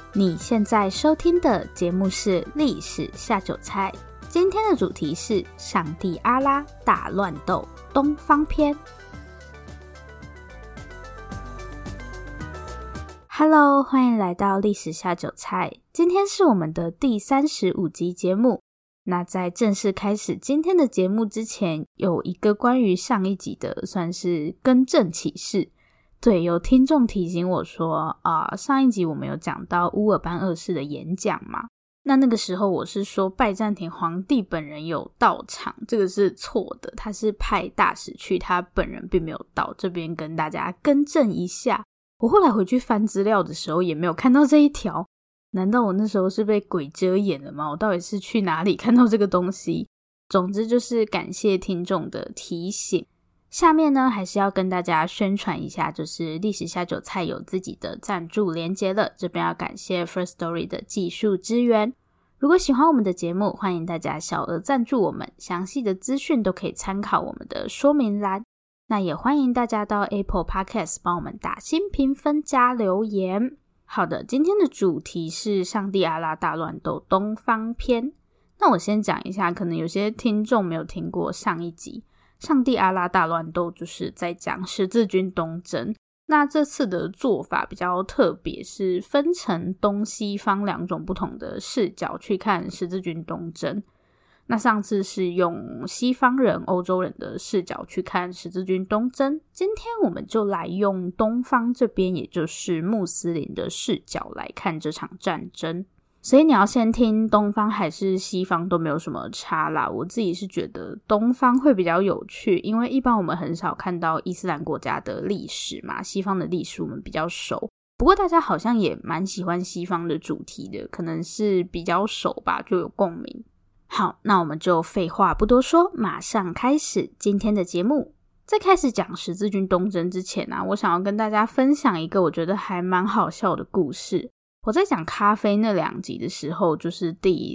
你现在收听的节目是历史下酒菜，今天的主题是上帝阿拉大乱斗东方篇。Hello， 欢迎来到历史下酒菜，今天是我们的第35集节目。那在正式开始今天的节目之前，有一个关于上一集的算是更正启事。对，有听众提醒我说上一集我们有讲到乌尔班二世的演讲嘛，那个时候我是说拜占庭皇帝本人有到场，这个是错的，他是派大使去，他本人并没有到，这边跟大家更正一下。我后来回去翻资料的时候也没有看到这一条，难道我那时候是被鬼遮眼了吗？我到底是去哪里看到这个东西？总之就是感谢听众的提醒。下面呢还是要跟大家宣传一下，就是历史下酒菜有自己的赞助连结了，这边要感谢 Firstory 的技术支援。如果喜欢我们的节目，欢迎大家小额赞助我们，详细的资讯都可以参考我们的说明栏。那也欢迎大家到 Apple Podcast 帮我们打新评分加留言。好的，今天的主题是上帝阿拉大乱斗东方篇。那我先讲一下，可能有些听众没有听过上一集，上帝阿拉大乱斗就是在讲十字军东征。那这次的做法比较特别，是分成东西方两种不同的视角去看十字军东征。那上次是用西方人欧洲人的视角去看十字军东征，今天我们就来用东方这边也就是穆斯林的视角来看这场战争。所以你要先听东方还是西方都没有什么差啦，我自己是觉得东方会比较有趣，因为一般我们很少看到伊斯兰国家的历史嘛，西方的历史我们比较熟，不过大家好像也蛮喜欢西方的主题的，可能是比较熟吧，就有共鸣。好，那我们就废话不多说，马上开始今天的节目。在开始讲十字军东征之前我想要跟大家分享一个我觉得还蛮好笑的故事。我在讲咖啡那2集的时候，就是第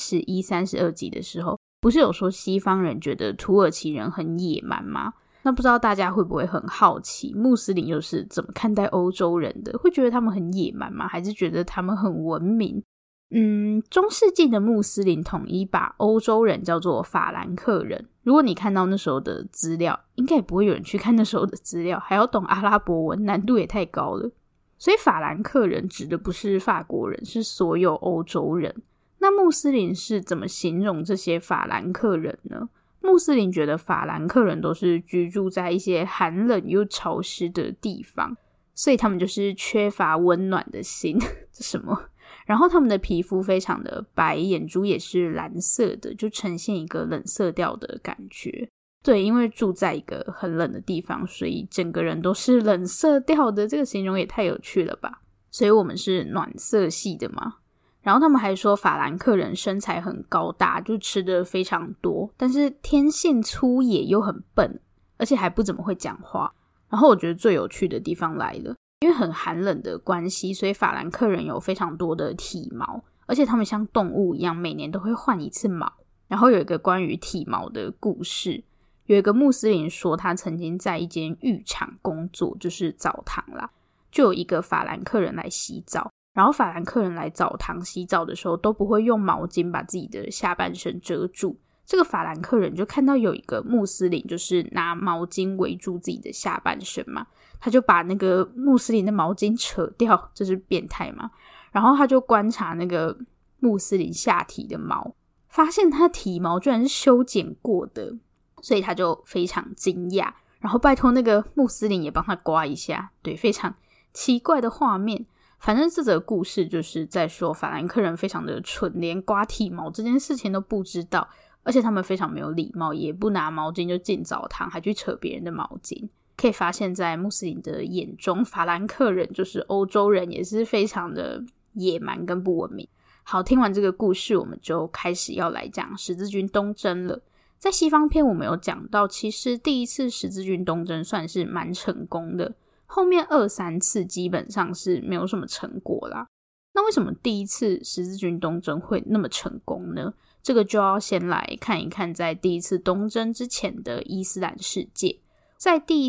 31、32集的时候，不是有说西方人觉得土耳其人很野蛮吗？那不知道大家会不会很好奇，穆斯林又是怎么看待欧洲人的？会觉得他们很野蛮吗？还是觉得他们很文明？中世纪的穆斯林统一把欧洲人叫做法兰克人。如果你看到那时候的资料，应该也不会有人去看那时候的资料，还要懂阿拉伯文，难度也太高了。所以法兰克人指的不是法国人，是所有欧洲人。那穆斯林是怎么形容这些法兰克人呢？穆斯林觉得法兰克人都是居住在一些寒冷又潮湿的地方，所以他们就是缺乏温暖的心这什么？然后他们的皮肤非常的白，眼珠也是蓝色的，就呈现一个冷色调的感觉。对，因为住在一个很冷的地方，所以整个人都是冷色调的，这个形容也太有趣了吧。所以我们是暖色系的嘛。然后他们还说法兰克人身材很高大，就吃的非常多，但是天性粗野又很笨，而且还不怎么会讲话。然后我觉得最有趣的地方来了，因为很寒冷的关系，所以法兰克人有非常多的体毛，而且他们像动物一样每年都会换一次毛。然后有一个关于体毛的故事，有一个穆斯林说他曾经在一间浴场工作，就是澡堂啦，就有一个法兰克人来洗澡，然后法兰克人来澡堂洗澡的时候都不会用毛巾把自己的下半身遮住，这个法兰克人就看到有一个穆斯林就是拿毛巾围住自己的下半身嘛，他就把那个穆斯林的毛巾扯掉，这是变态嘛。然后他就观察那个穆斯林下体的毛，发现他体毛居然是修剪过的，所以他就非常惊讶，然后拜托那个穆斯林也帮他刮一下。对，非常奇怪的画面。反正这则故事就是在说法兰克人非常的蠢，连刮体毛这件事情都不知道，而且他们非常没有礼貌，也不拿毛巾就进澡堂，还去扯别人的毛巾。可以发现在穆斯林的眼中，法兰克人就是欧洲人，也是非常的野蛮跟不文明。好，听完这个故事，我们就开始要来讲十字军东征了。在西方篇我们有讲到，其实第一次十字军东征算是蛮成功的，后面2、3次基本上是没有什么成果啦。那为什么第一次十字军东征会那么成功呢？这个就要先来看一看在第一次东征之前的伊斯兰世界。 在第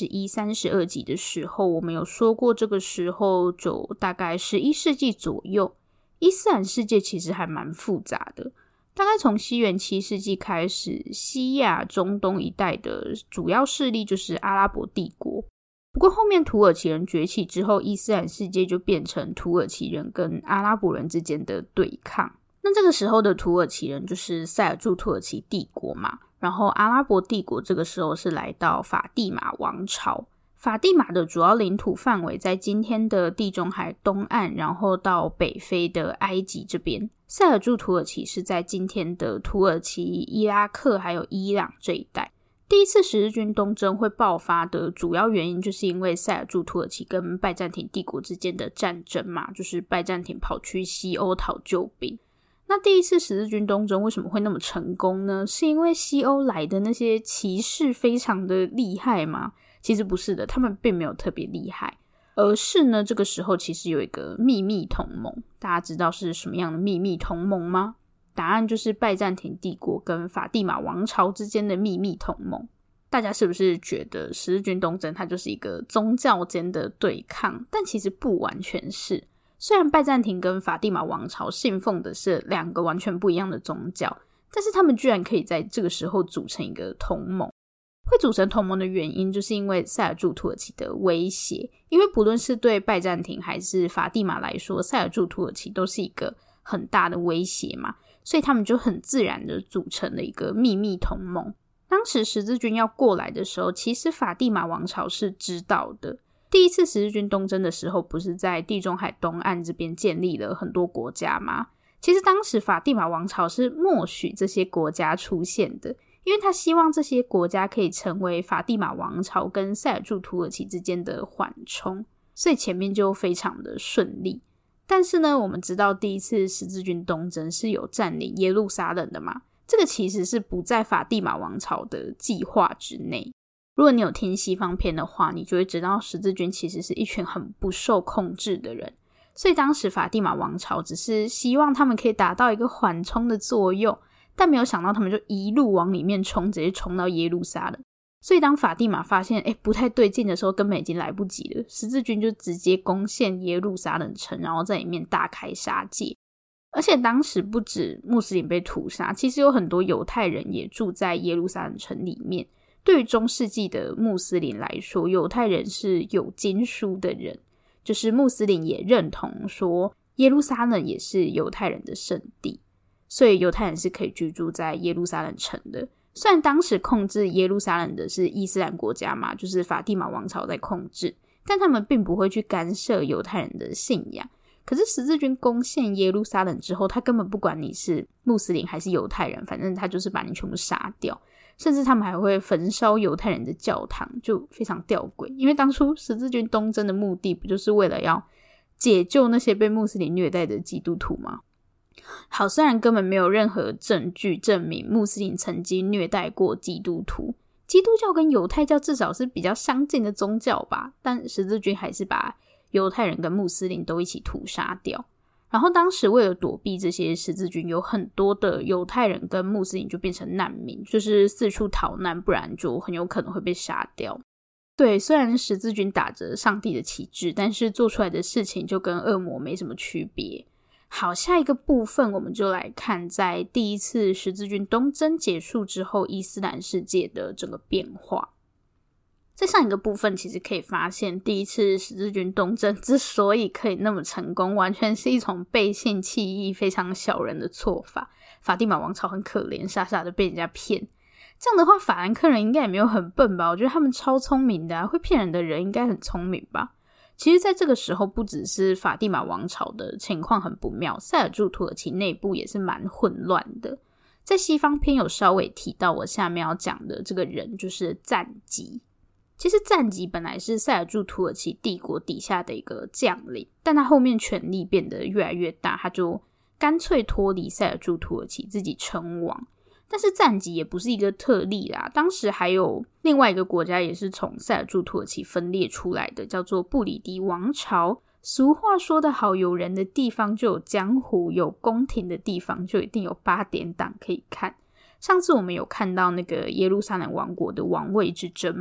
31、32集的时候，我们有说过，这个时候就大概11世纪左右，伊斯兰世界其实还蛮复杂的。大概从西元7世纪开始，西亚、中东一带的主要势力就是阿拉伯帝国。不过后面土耳其人崛起之后，伊斯兰世界就变成土耳其人跟阿拉伯人之间的对抗。那这个时候的土耳其人就是塞尔柱土耳其帝国嘛，然后阿拉伯帝国这个时候是来到法蒂玛王朝。法蒂玛的主要领土范围在今天的地中海东岸，然后到北非的埃及这边。塞尔柱土耳其是在今天的土耳其、伊拉克还有伊朗这一带。第一次十字军东征会爆发的主要原因就是因为塞尔柱土耳其跟拜占庭帝国之间的战争嘛，就是拜占庭跑去西欧讨救兵。那第一次十字军东征为什么会那么成功呢？是因为西欧来的那些骑士非常的厉害吗？其实不是的，他们并没有特别厉害，而是呢，这个时候其实有一个秘密同盟。大家知道是什么样的秘密同盟吗？答案就是拜占庭帝国跟法蒂玛王朝之间的秘密同盟。大家是不是觉得十字军东征它就是一个宗教间的对抗？但其实不完全是。虽然拜占庭跟法蒂玛王朝信奉的是两个完全不一样的宗教，但是他们居然可以在这个时候组成一个同盟。会组成同盟的原因就是因为塞尔柱土耳其的威胁，因为不论是对拜占庭还是法蒂玛来说，塞尔柱土耳其都是一个很大的威胁嘛，所以他们就很自然的组成了一个秘密同盟。当时十字军要过来的时候，其实法蒂玛王朝是知道的。第一次十字军东征的时候，不是在地中海东岸这边建立了很多国家吗？其实当时法蒂玛王朝是默许这些国家出现的，因为他希望这些国家可以成为法蒂玛王朝跟塞尔柱土耳其之间的缓冲，所以前面就非常的顺利。但是呢，我们知道第一次十字军东征是有占领耶路撒冷的嘛，这个其实是不在法蒂玛王朝的计划之内。如果你有听西方片的话，你就会知道十字军其实是一群很不受控制的人，所以当时法蒂玛王朝只是希望他们可以达到一个缓冲的作用，但没有想到他们就一路往里面冲，直接冲到耶路撒冷。所以当法蒂玛发现不太对劲的时候，根本已经来不及了，十字军就直接攻陷耶路撒冷城，然后在里面大开杀戒。而且当时不止穆斯林被屠杀，其实有很多犹太人也住在耶路撒冷城里面。对于中世纪的穆斯林来说，犹太人是有经书的人，就是穆斯林也认同说耶路撒冷也是犹太人的圣地，所以犹太人是可以居住在耶路撒冷城的。虽然当时控制耶路撒冷的是伊斯兰国家嘛，就是法蒂玛王朝在控制，但他们并不会去干涉犹太人的信仰。可是十字军攻陷耶路撒冷之后，他根本不管你是穆斯林还是犹太人，反正他就是把你全部杀掉，甚至他们还会焚烧犹太人的教堂，就非常吊诡。因为当初十字军东征的目的不就是为了要解救那些被穆斯林虐待的基督徒吗？好，虽然根本没有任何证据证明穆斯林曾经虐待过基督徒，基督教跟犹太教至少是比较相近的宗教吧，但十字军还是把犹太人跟穆斯林都一起屠杀掉。然后当时为了躲避这些十字军，有很多的犹太人跟穆斯林就变成难民，就是四处逃难，不然就很有可能会被杀掉。对，虽然十字军打着上帝的旗帜，但是做出来的事情就跟恶魔没什么区别。好，下一个部分我们就来看在第一次十字军东征结束之后，伊斯兰世界的整个变化。在上一个部分其实可以发现，第一次十字军东征之所以可以那么成功，完全是一种背信弃义非常小人的做法。法蒂玛王朝很可怜，傻傻的被人家骗。这样的话法兰克人应该也没有很笨吧，我觉得他们超聪明的会骗人的人应该很聪明吧。其实在这个时候不只是法蒂玛王朝的情况很不妙，塞尔柱土耳其内部也是蛮混乱的。在西方篇有稍微提到我下面要讲的这个人就是赞吉。其实赞吉本来是塞尔柱土耳其帝国底下的一个将领，但他后面权力变得越来越大，他就干脆脱离塞尔柱土耳其自己称王。但是赞吉也不是一个特例啦，当时还有另外一个国家也是从塞尔柱土耳其分裂出来的，叫做布里迪王朝。俗话说得好，有人的地方就有江湖，有宫廷的地方就一定有八点档可以看。上次我们有看到那个耶路撒冷王国的王位之争嘛，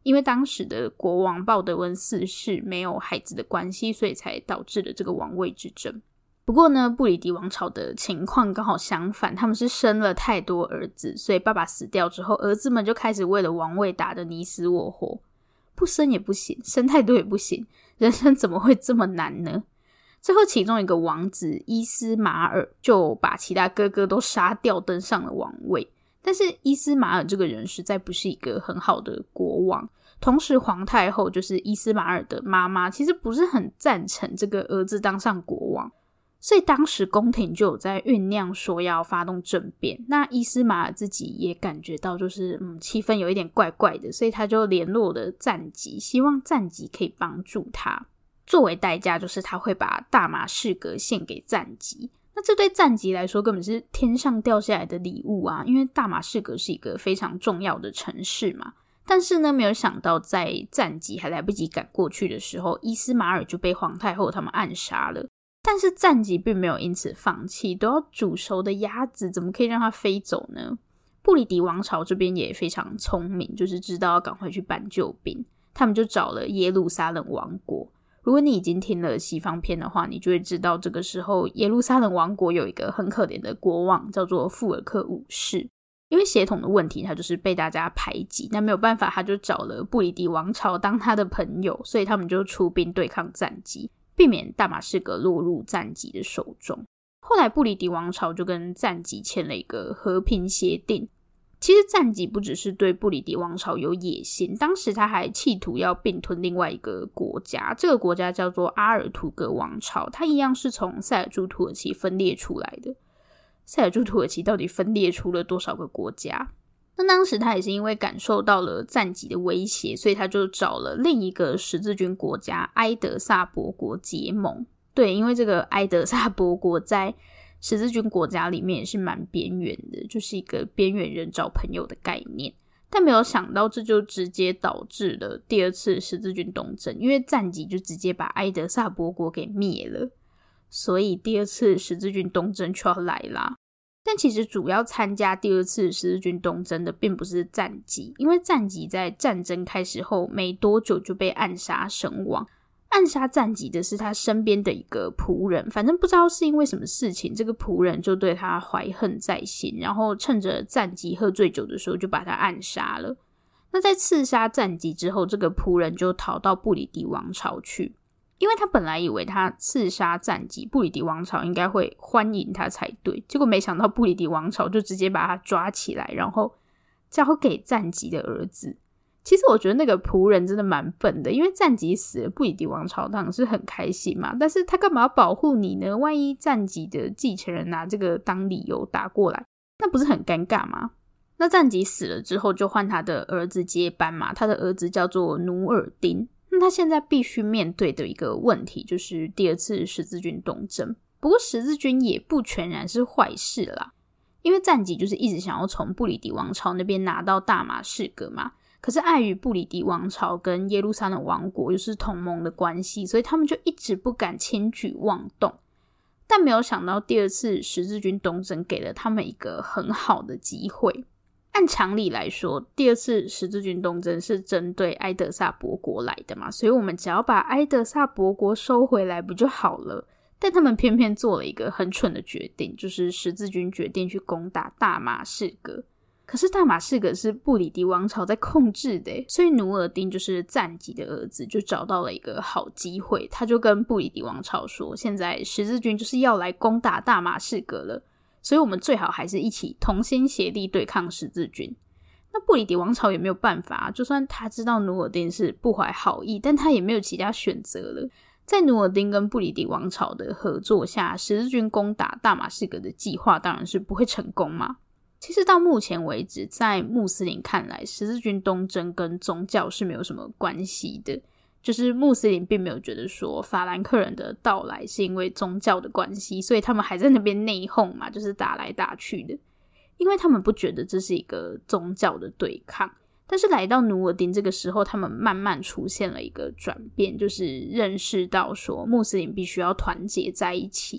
因为当时的国王鲍德温4世没有孩子的关系，所以才导致了这个王位之争。不过呢，布里迪王朝的情况刚好相反，他们是生了太多儿子，所以爸爸死掉之后，儿子们就开始为了王位打得你死我活。不生也不行，生太多也不行，人生怎么会这么难呢？最后其中一个王子伊斯马尔就把其他哥哥都杀掉，登上了王位。但是伊斯马尔这个人实在不是一个很好的国王，同时皇太后就是伊斯马尔的妈妈，其实不是很赞成这个儿子当上国王，所以当时宫廷就有在酝酿说要发动政变。那伊斯马尔自己也感觉到就是气氛有一点怪怪的，所以他就联络了赞吉，希望赞吉可以帮助他。作为代价就是他会把大马士革献给赞吉。那这对赞吉来说根本是天上掉下来的礼物啊，因为大马士革是一个非常重要的城市嘛。但是呢，没有想到在赞吉还来不及赶过去的时候，伊斯马尔就被皇太后他们暗杀了。但是赞吉并没有因此放弃，都要煮熟的鸭子怎么可以让它飞走呢？布里迪王朝这边也非常聪明，就是知道要赶快去搬救兵，他们就找了耶路撒冷王国。如果你已经听了西方片的话，你就会知道这个时候耶路撒冷王国有一个很可怜的国王，叫做富尔克五世。因为血统的问题，他就是被大家排挤，那没有办法，他就找了布里迪王朝当他的朋友，所以他们就出兵对抗赞吉，避免大马士革落入赞吉的手中。后来布里迪王朝就跟赞吉签了一个和平协定。其实赞吉不只是对布里迪王朝有野心，当时他还企图要并吞另外一个国家，这个国家叫做阿尔图格王朝，它一样是从塞尔柱土耳其分裂出来的。塞尔柱土耳其到底分裂出了多少个国家？那当时他也是因为感受到了赞吉的威胁，所以他就找了另一个十字军国家埃德萨伯国结盟。对，因为这个埃德萨伯国在十字军国家里面也是蛮边缘的，就是一个边缘人找朋友的概念。但没有想到这就直接导致了第二次十字军东征，因为赞吉就直接把埃德萨伯国给灭了，所以第二次十字军东征就要来啦。但其实主要参加第二次十字军东征的并不是赞吉，因为赞吉在战争开始后没多久就被暗杀身亡。暗杀赞吉的是他身边的一个仆人，反正不知道是因为什么事情，这个仆人就对他怀恨在心，然后趁着赞吉喝醉酒的时候就把他暗杀了。那在刺杀赞吉之后，这个仆人就逃到布里迪王朝去，因为他本来以为他刺杀赞吉，布里迪王朝应该会欢迎他才对，结果没想到布里迪王朝就直接把他抓起来，然后交给赞吉的儿子。其实我觉得那个仆人真的蛮笨的，因为赞吉死了，布里迪王朝当然是很开心嘛，但是他干嘛要保护你呢？万一赞吉的继承人拿这个当理由打过来，那不是很尴尬吗？那赞吉死了之后就换他的儿子接班嘛，他的儿子叫做努尔丁。那他现在必须面对的一个问题就是第二次十字军东征。不过十字军也不全然是坏事啦，因为赞吉就是一直想要从布里迪王朝那边拿到大马士革嘛，可是碍于布里迪王朝跟耶路撒冷王国又是同盟的关系，所以他们就一直不敢轻举妄动。但没有想到第二次十字军东征给了他们一个很好的机会。按常理来说，第二次十字军东征是针对埃德萨伯国来的嘛，所以我们只要把埃德萨伯国收回来不就好了？但他们偏偏做了一个很蠢的决定，就是十字军决定去攻打大马士革。可是大马士革是布里迪王朝在控制的，所以努尔丁就是赞吉的儿子就找到了一个好机会，他就跟布里迪王朝说，现在十字军就是要来攻打大马士革了，所以我们最好还是一起同心协力对抗十字军。那布里迪王朝也没有办法，就算他知道努尔丁是不怀好意，但他也没有其他选择了。在努尔丁跟布里迪王朝的合作下，十字军攻打大马士革的计划当然是不会成功嘛。其实到目前为止，在穆斯林看来，十字军东征跟宗教是没有什么关系的，就是穆斯林并没有觉得说法兰克人的到来是因为宗教的关系，所以他们还在那边内讧嘛，就是打来打去的，因为他们不觉得这是一个宗教的对抗。但是来到努尔丁这个时候，他们慢慢出现了一个转变，就是认识到说穆斯林必须要团结在一起。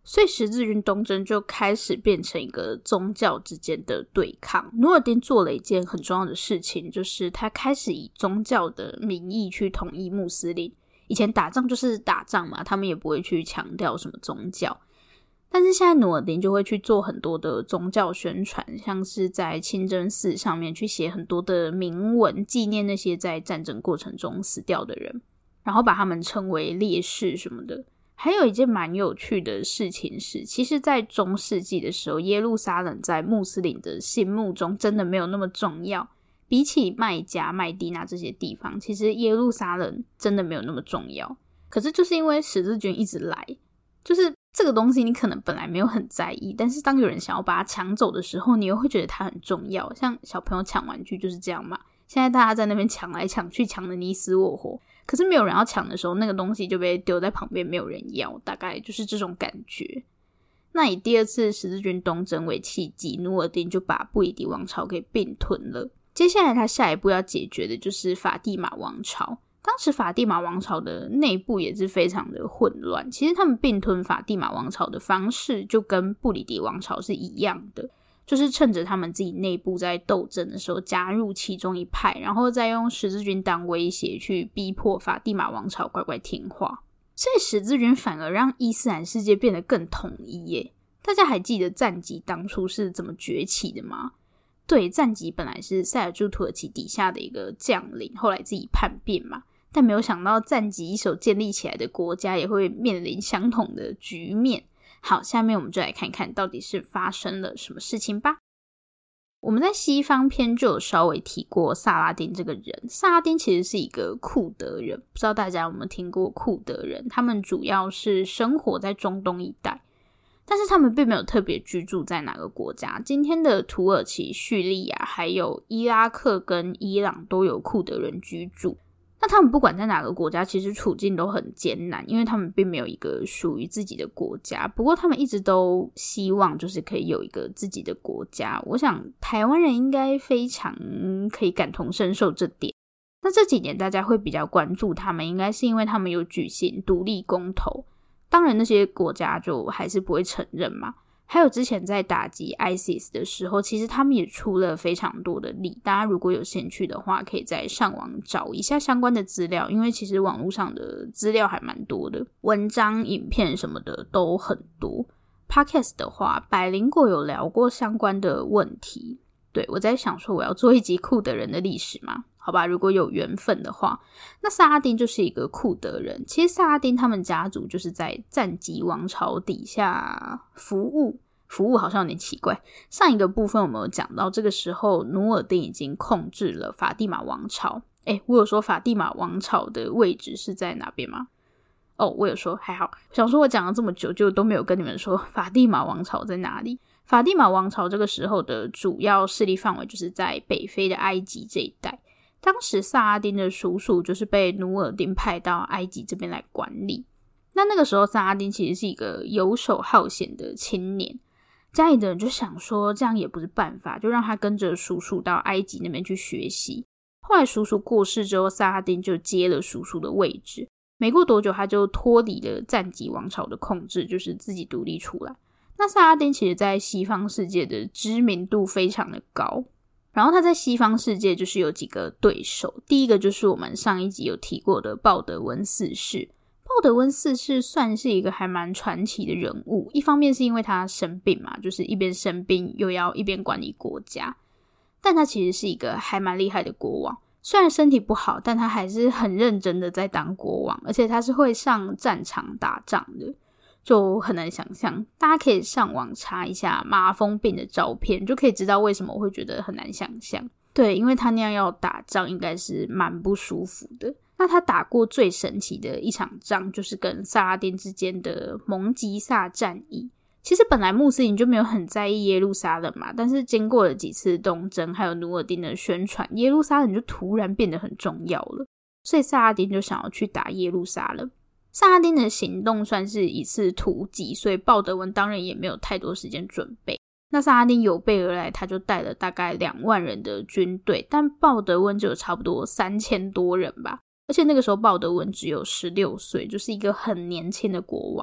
所以十字军东征就开始变成一个宗教之间的对抗。努尔丁做了一件很重要的事情，就是他开始以宗教的名义去统一穆斯林。以前打仗就是打仗嘛，他们也不会去强调什么宗教，但是现在努尔丁就会去做很多的宗教宣传，像是在清真寺上面去写很多的铭文，纪念那些在战争过程中死掉的人，然后把他们称为烈士什么的。还有一件蛮有趣的事情是，其实在中世纪的时候，耶路撒冷在穆斯林的心目中真的没有那么重要，比起麦加、麦地那这些地方，其实耶路撒冷真的没有那么重要。可是就是因为十字军一直来，就是这个东西你可能本来没有很在意，但是当有人想要把它抢走的时候，你又会觉得它很重要。像小朋友抢玩具就是这样嘛，现在大家在那边抢来抢去，抢得你死我活，可是没有人要抢的时候，那个东西就被丢在旁边，没有人要，大概就是这种感觉。那以第二次十字军东征为契机，努尔丁就把布里迪王朝给并吞了。接下来他下一步要解决的就是法蒂玛王朝。当时法蒂玛王朝的内部也是非常的混乱，其实他们并吞法蒂玛王朝的方式就跟布里迪王朝是一样的，就是趁着他们自己内部在斗争的时候加入其中一派，然后再用十字军当威胁去逼迫法蒂玛王朝乖乖听话。所以十字军反而让伊斯兰世界变得更统一耶。大家还记得赞吉当初是怎么崛起的吗？对，赞吉本来是塞尔柱土耳其底下的一个将领，后来自己叛变嘛，但没有想到赞吉一手建立起来的国家也会面临相同的局面。好，下面我们就来看看到底是发生了什么事情吧。我们在西方篇就有稍微提过萨拉丁这个人。萨拉丁其实是一个库德人，不知道大家有没有听过库德人，他们主要是生活在中东一带，但是他们并没有特别居住在哪个国家。今天的土耳其、叙利亚还有伊拉克跟伊朗都有库德人居住。那他们不管在哪个国家，其实处境都很艰难，因为他们并没有一个属于自己的国家。不过他们一直都希望就是可以有一个自己的国家。我想台湾人应该非常可以感同身受这点。那这几年大家会比较关注他们，应该是因为他们有举行独立公投，当然那些国家就还是不会承认嘛。还有之前在打击 ISIS 的时候，其实他们也出了非常多的力，大家如果有兴趣的话，可以在上网找一下相关的资料，因为其实网络上的资料还蛮多的，文章、影片什么的都很多。Podcast 的话，百灵果有聊过相关的问题。对，我在想说我要做一集库德人的历史嘛，好吧，如果有缘分的话。那萨拉丁就是一个库德人，其实萨拉丁他们家族就是在赞吉王朝底下服务好像有点奇怪。上一个部分我们有讲到，这个时候努尔丁已经控制了法蒂玛王朝。我有说法蒂玛王朝的位置是在哪边吗？我有说，还好。想说我讲了这么久，就都没有跟你们说法蒂玛王朝在哪里。法蒂玛王朝这个时候的主要势力范围就是在北非的埃及这一带。当时萨拉丁的叔叔就是被努尔丁派到埃及这边来管理。那个时候萨拉丁其实是一个游手好闲的青年，家里的人就想说这样也不是办法，就让他跟着叔叔到埃及那边去学习。后来叔叔过世之后，萨拉丁就接了叔叔的位置，没过多久他就脱离了赞吉王朝的控制，就是自己独立出来。那萨拉丁其实在西方世界的知名度非常的高，然后他在西方世界就是有几个对手。第一个就是我们上一集有提过的鲍德温四世。鲍德温四世算是一个还蛮传奇的人物，一方面是因为他生病嘛，就是一边生病又要一边管理国家，但他其实是一个还蛮厉害的国王。虽然身体不好，但他还是很认真的在当国王，而且他是会上战场打仗的，就很难想象。大家可以上网查一下麻风病的照片，就可以知道为什么我会觉得很难想象。对，因为他那样要打仗应该是蛮不舒服的。那他打过最神奇的一场仗就是跟萨拉丁之间的蒙吉萨战役。其实本来穆斯林就没有很在意耶路撒冷嘛，但是经过了几次东征还有努尔丁的宣传，耶路撒冷就突然变得很重要了，所以萨拉丁就想要去打耶路撒冷。萨拉丁的行动算是一次突击，所以鲍德温当然也没有太多时间准备。那萨拉丁有备而来，他就带了大概2万人的军队，但鲍德温就有差不多3000多人吧，而且那个时候鲍德温只有16岁，就是一个很年轻的国王。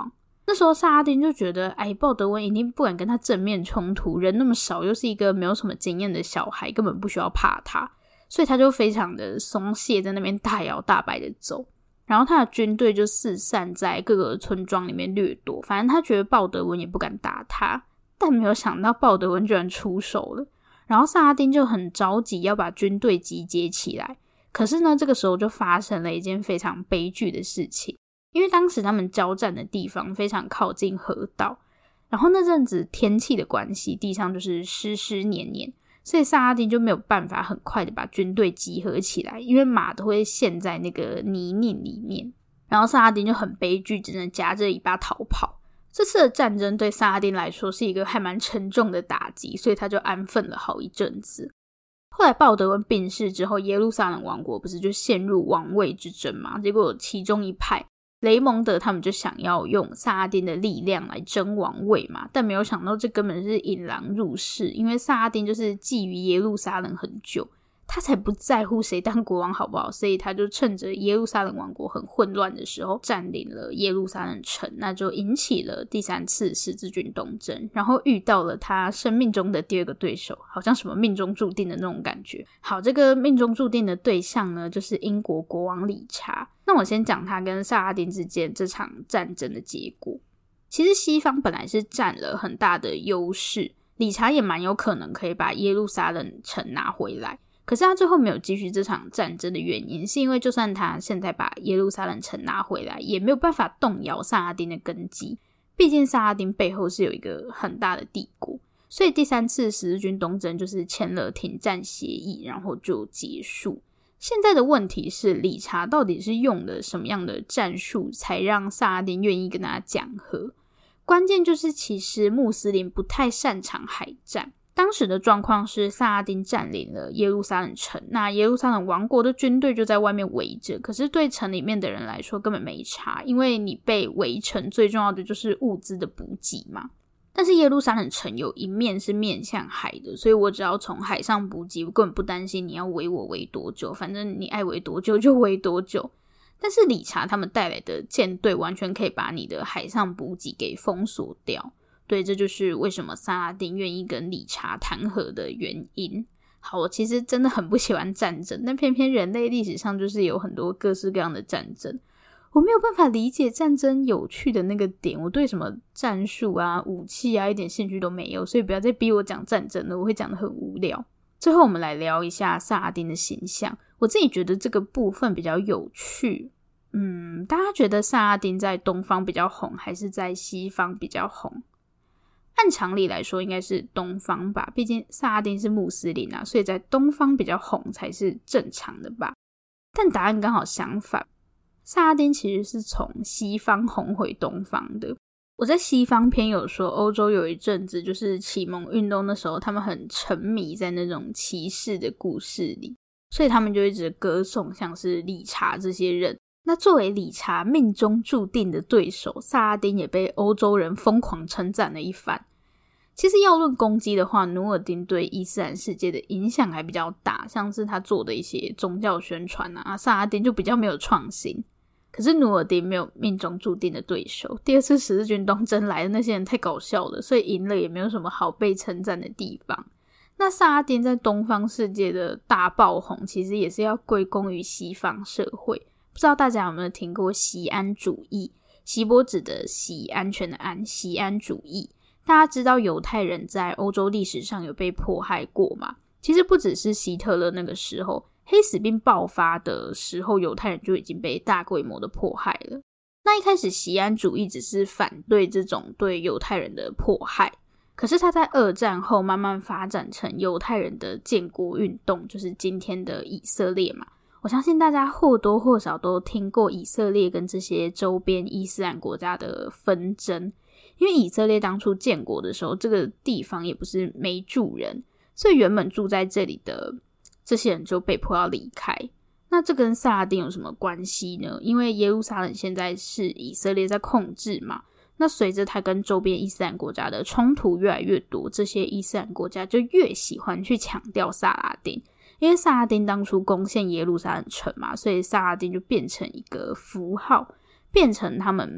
那时候萨拉丁就觉得鲍德温一定不敢跟他正面冲突，人那么少，又是一个没有什么经验的小孩，根本不需要怕他，所以他就非常的松懈，在那边大摇大摆的走。然后他的军队就四散在各个村庄里面掠夺，反正他觉得鲍德温也不敢打他，但没有想到鲍德温居然出手了。然后萨拉丁就很着急要把军队集结起来，可是呢这个时候就发生了一件非常悲剧的事情。因为当时他们交战的地方非常靠近河道，然后那阵子天气的关系，地上就是湿湿黏黏，所以萨拉丁就没有办法很快的把军队集合起来，因为马都会陷在那个泥泞里面。然后萨拉丁就很悲剧，只能夹着尾巴逃跑。这次的战争对萨拉丁来说是一个还蛮沉重的打击，所以他就安分了好一阵子。后来鲍德温病逝之后，耶路撒冷王国不是就陷入王位之争嘛？结果其中一派雷蒙德他们就想要用萨拉丁的力量来争王位嘛，但没有想到这根本是引狼入室，因为萨拉丁就是觊觎耶路撒冷很久，他才不在乎谁当国王好不好，所以他就趁着耶路撒冷王国很混乱的时候占领了耶路撒冷城，那就引起了第3次十字军东征，然后遇到了他生命中的第2个对手，好像什么命中注定的那种感觉。好，这个命中注定的对象呢，就是英国国王理查。那我先讲他跟萨拉丁之间这场战争的结果。其实西方本来是占了很大的优势，理查也蛮有可能可以把耶路撒冷城拿回来，可是他最后没有继续这场战争的原因，是因为就算他现在把耶路撒冷城拿回来，也没有办法动摇萨拉丁的根基，毕竟萨拉丁背后是有一个很大的帝国，所以第3次十字军东征就是签了停战协议，然后就结束。现在的问题是理查到底是用了什么样的战术才让萨拉丁愿意跟他讲和？关键就是其实穆斯林不太擅长海战。当时的状况是萨拉丁占领了耶路撒冷城，那耶路撒冷王国的军队就在外面围着，可是对城里面的人来说根本没差，因为你被围城最重要的就是物资的补给嘛。但是耶路撒冷城有一面是面向海的，所以我只要从海上补给，我根本不担心你要围我围多久，反正你爱围多久就围多久。但是理查他们带来的舰队完全可以把你的海上补给给封锁掉，对，这就是为什么萨拉丁愿意跟理查谈和的原因。好，我其实真的很不喜欢战争，但偏偏人类历史上就是有很多各式各样的战争，我没有办法理解战争有趣的那个点，我对什么战术啊、武器啊一点兴趣都没有，所以不要再逼我讲战争了，我会讲得很无聊。最后我们来聊一下萨拉丁的形象，我自己觉得这个部分比较有趣。大家觉得萨拉丁在东方比较红还是在西方比较红？按常理来说应该是东方吧，毕竟萨拉丁是穆斯林啊，所以在东方比较红才是正常的吧。但答案刚好相反，萨拉丁其实是从西方红回东方的。我在西方篇有说欧洲有一阵子就是启蒙运动，那时候他们很沉迷在那种骑士的故事里，所以他们就一直歌颂像是理查这些人。那作为理查命中注定的对手，萨拉丁也被欧洲人疯狂称赞了一番。其实要论攻击的话，努尔丁对伊斯兰世界的影响还比较大，像是他做的一些宗教宣传啊，萨拉丁就比较没有创新。可是努尔丁没有命中注定的对手，第2次十字军东征来的那些人太搞笑了，所以赢了也没有什么好被称赞的地方。那萨拉丁在东方世界的大爆红，其实也是要归功于西方社会。不知道大家有没有听过锡安主义？锡箔纸的锡，安全的安，锡安主义。大家知道犹太人在欧洲历史上有被迫害过吗？其实不只是希特勒那个时候，黑死病爆发的时候，犹太人就已经被大规模的迫害了。那一开始锡安主义只是反对这种对犹太人的迫害，可是他在2战后慢慢发展成犹太人的建国运动，就是今天的以色列嘛。我相信大家或多或少都听过以色列跟这些周边伊斯兰国家的纷争，因为以色列当初建国的时候，这个地方也不是没住人，所以原本住在这里的这些人就被迫要离开。那这跟萨拉丁有什么关系呢？因为耶路撒冷现在是以色列在控制嘛，那随着他跟周边伊斯兰国家的冲突越来越多，这些伊斯兰国家就越喜欢去强调萨拉丁。因为萨拉丁当初攻陷耶路撒冷城嘛，所以萨拉丁就变成一个符号，变成他们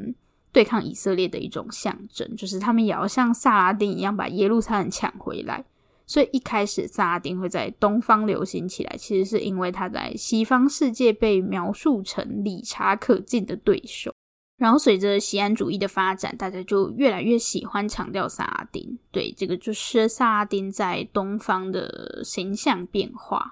对抗以色列的一种象征，就是他们也要像萨拉丁一样把耶路撒冷抢回来。所以一开始萨拉丁会在东方流行起来，其实是因为他在西方世界被描述成理察可进的对手。然后随着锡安主义的发展，大家就越来越喜欢强调萨拉丁。对，这个就是萨拉丁在东方的形象变化。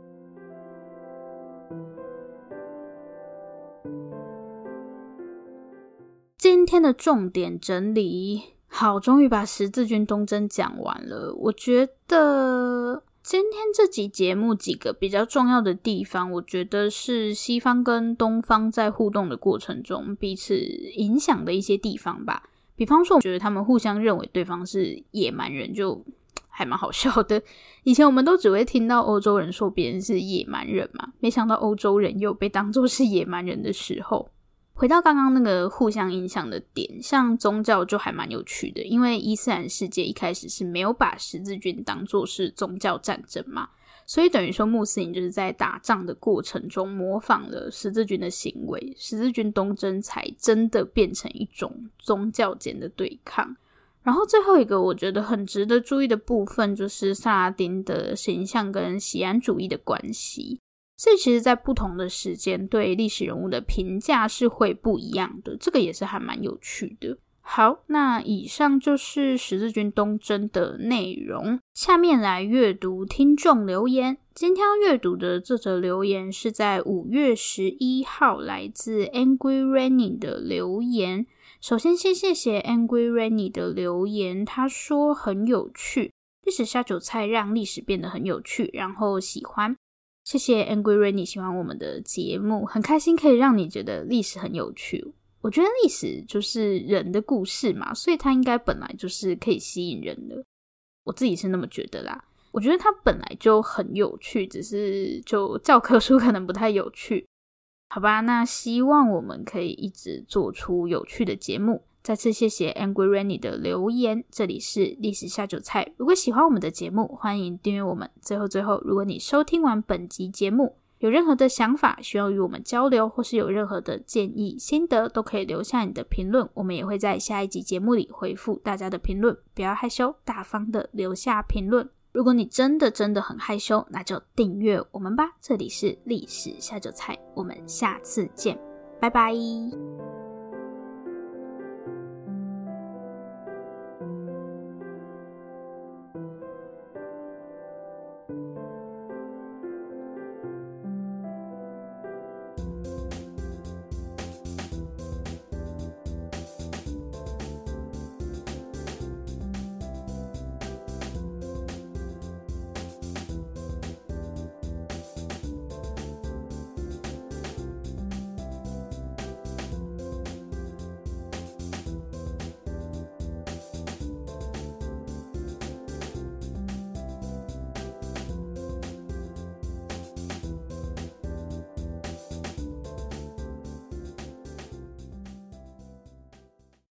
今天的重点整理，好，终于把十字军东征讲完了。我觉得今天这集节目几个比较重要的地方，我觉得是西方跟东方在互动的过程中彼此影响的一些地方吧。比方说，我觉得他们互相认为对方是野蛮人，就还蛮好笑的。以前我们都只会听到欧洲人说别人是野蛮人嘛，没想到欧洲人也有被当作是野蛮人的时候。回到刚刚那个互相影响的点，像宗教就还蛮有趣的，因为伊斯兰世界一开始是没有把十字军当作是宗教战争嘛，所以等于说穆斯林就是在打仗的过程中模仿了十字军的行为，十字军东征才真的变成一种宗教间的对抗。然后最后一个我觉得很值得注意的部分，就是萨拉丁的形象跟锡安主义的关系。所以其实在不同的时间对历史人物的评价是会不一样的，这个也是还蛮有趣的。好，那以上就是十字军东征的内容，下面来阅读听众留言。今天要阅读的这则留言是在5月11号来自 Angry Rainy 的留言。首先先谢谢 Angry Rainy 的留言，他说很有趣，历史下酒菜让历史变得很有趣，然后喜欢。谢谢 Angry Rainy 喜欢我们的节目，很开心可以让你觉得历史很有趣。我觉得历史就是人的故事嘛，所以它应该本来就是可以吸引人的，我自己是那么觉得啦。我觉得它本来就很有趣，只是就教科书可能不太有趣。好吧，那希望我们可以一直做出有趣的节目。再次谢谢 Angry Rainy 的留言，这里是历史下酒菜。如果喜欢我们的节目，欢迎订阅我们。最后，如果你收听完本集节目，有任何的想法需要与我们交流，或是有任何的建议、心得，都可以留下你的评论，我们也会在下一集节目里回复大家的评论。不要害羞，大方的留下评论。如果你真的很害羞，那就订阅我们吧。这里是历史下酒菜，我们下次见，拜拜。